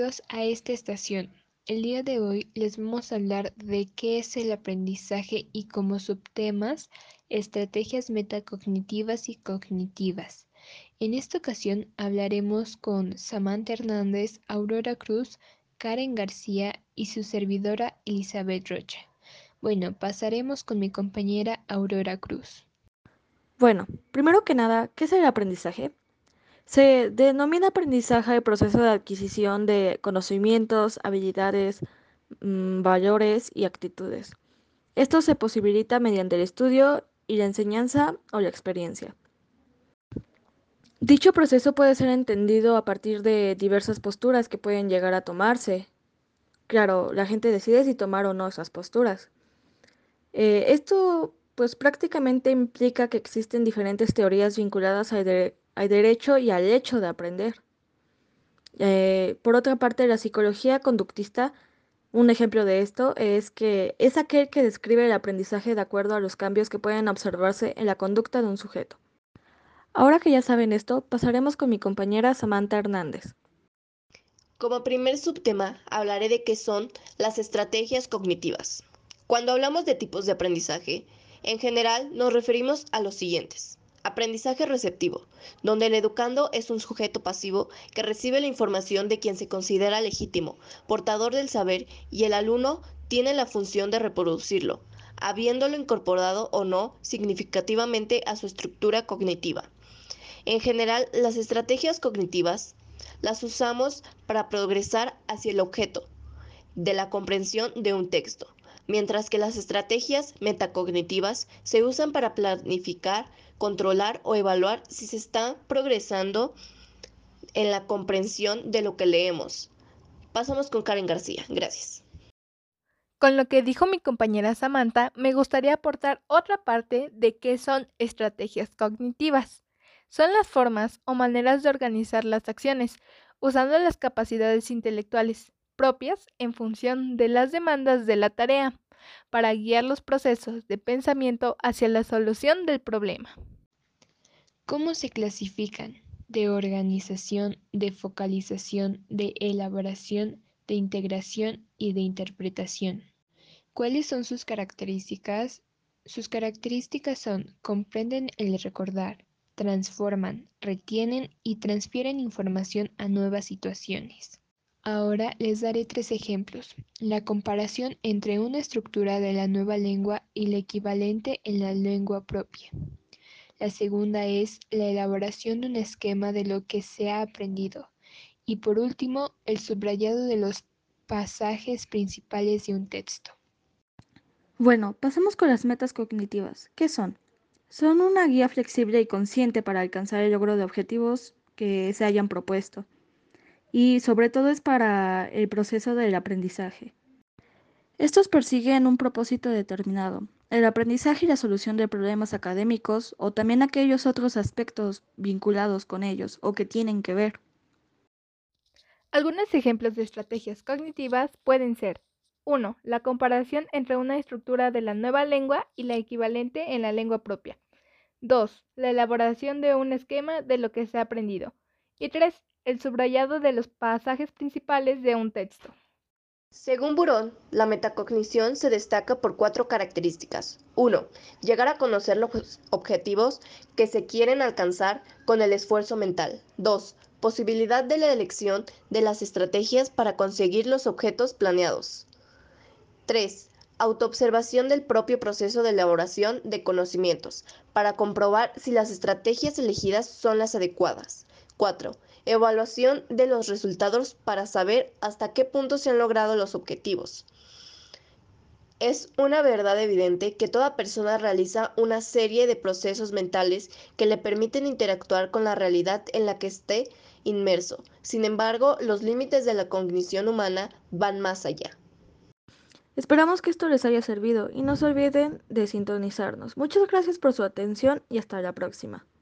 bienvenidos a esta estación. El día de hoy les vamos a hablar de qué es el aprendizaje y como subtemas, estrategias metacognitivas y cognitivas. En esta ocasión hablaremos con Samantha Hernández, Aurora Cruz, Karen García y su servidora Elizabeth Rocha. Bueno, pasaremos con mi compañera Aurora Cruz. Bueno, primero que nada, ¿qué es el aprendizaje? Se denomina aprendizaje el proceso de adquisición de conocimientos, habilidades, valores y actitudes. Esto se posibilita mediante el estudio y la enseñanza o la experiencia. Dicho proceso puede ser entendido a partir de diversas posturas que pueden llegar a tomarse. Claro, la gente decide si tomar o no esas posturas. Esto pues prácticamente implica que existen diferentes teorías vinculadas al derecho y al hecho de aprender. Por otra parte, la psicología conductista, un ejemplo de esto es que es aquel que describe el aprendizaje de acuerdo a los cambios que pueden observarse en la conducta de un sujeto. Ahora que ya saben esto, pasaremos con mi compañera Samantha Hernández. Como primer subtema, hablaré de qué son las estrategias cognitivas. Cuando hablamos de tipos de aprendizaje, en general nos referimos a los siguientes. Aprendizaje receptivo, donde el educando es un sujeto pasivo que recibe la información de quien se considera legítimo, portador del saber, y el alumno tiene la función de reproducirlo, habiéndolo incorporado o no significativamente a su estructura cognitiva. En general, las estrategias cognitivas las usamos para progresar hacia el objeto de la comprensión de un texto, mientras que las estrategias metacognitivas se usan para planificar, controlar o evaluar si se está progresando en la comprensión de lo que leemos. Pasamos con Karen García. Gracias. Con lo que dijo mi compañera Samantha, me gustaría aportar otra parte de qué son estrategias cognitivas. Son las formas o maneras de organizar las acciones, usando las capacidades intelectuales propias en función de las demandas de la tarea, para guiar los procesos de pensamiento hacia la solución del problema. ¿Cómo se clasifican? De organización, de focalización, de elaboración, de integración y de interpretación. ¿Cuáles son sus características? Sus características son: comprenden el recordar, transforman, retienen y transfieren información a nuevas situaciones. Ahora les daré tres ejemplos. La comparación entre una estructura de la nueva lengua y la equivalente en la lengua propia. La segunda es la elaboración de un esquema de lo que se ha aprendido. Y por último, el subrayado de los pasajes principales de un texto. Bueno, pasemos con las metas cognitivas. ¿Qué son? Son una guía flexible y consciente para alcanzar el logro de objetivos que se hayan propuesto. Y sobre todo es para el proceso del aprendizaje. Estos persiguen un propósito determinado, el aprendizaje y la solución de problemas académicos o también aquellos otros aspectos vinculados con ellos o que tienen que ver. Algunos ejemplos de estrategias cognitivas pueden ser: 1. La comparación entre una estructura de la nueva lengua y la equivalente en la lengua propia. 2. La elaboración de un esquema de lo que se ha aprendido. Y 3. El subrayado de los pasajes principales de un texto. Según Burón, la metacognición se destaca por cuatro características. 1. Llegar a conocer los objetivos que se quieren alcanzar con el esfuerzo mental. 2. Posibilidad de la elección de las estrategias para conseguir los objetos planeados. 3. Autoobservación del propio proceso de elaboración de conocimientos, para comprobar si las estrategias elegidas son las adecuadas. 4. Evaluación de los resultados para saber hasta qué punto se han logrado los objetivos. Es una verdad evidente que toda persona realiza una serie de procesos mentales que le permiten interactuar con la realidad en la que esté inmerso. Sin embargo, los límites de la cognición humana van más allá. Esperamos que esto les haya servido y no se olviden de sintonizarnos. Muchas gracias por su atención y hasta la próxima.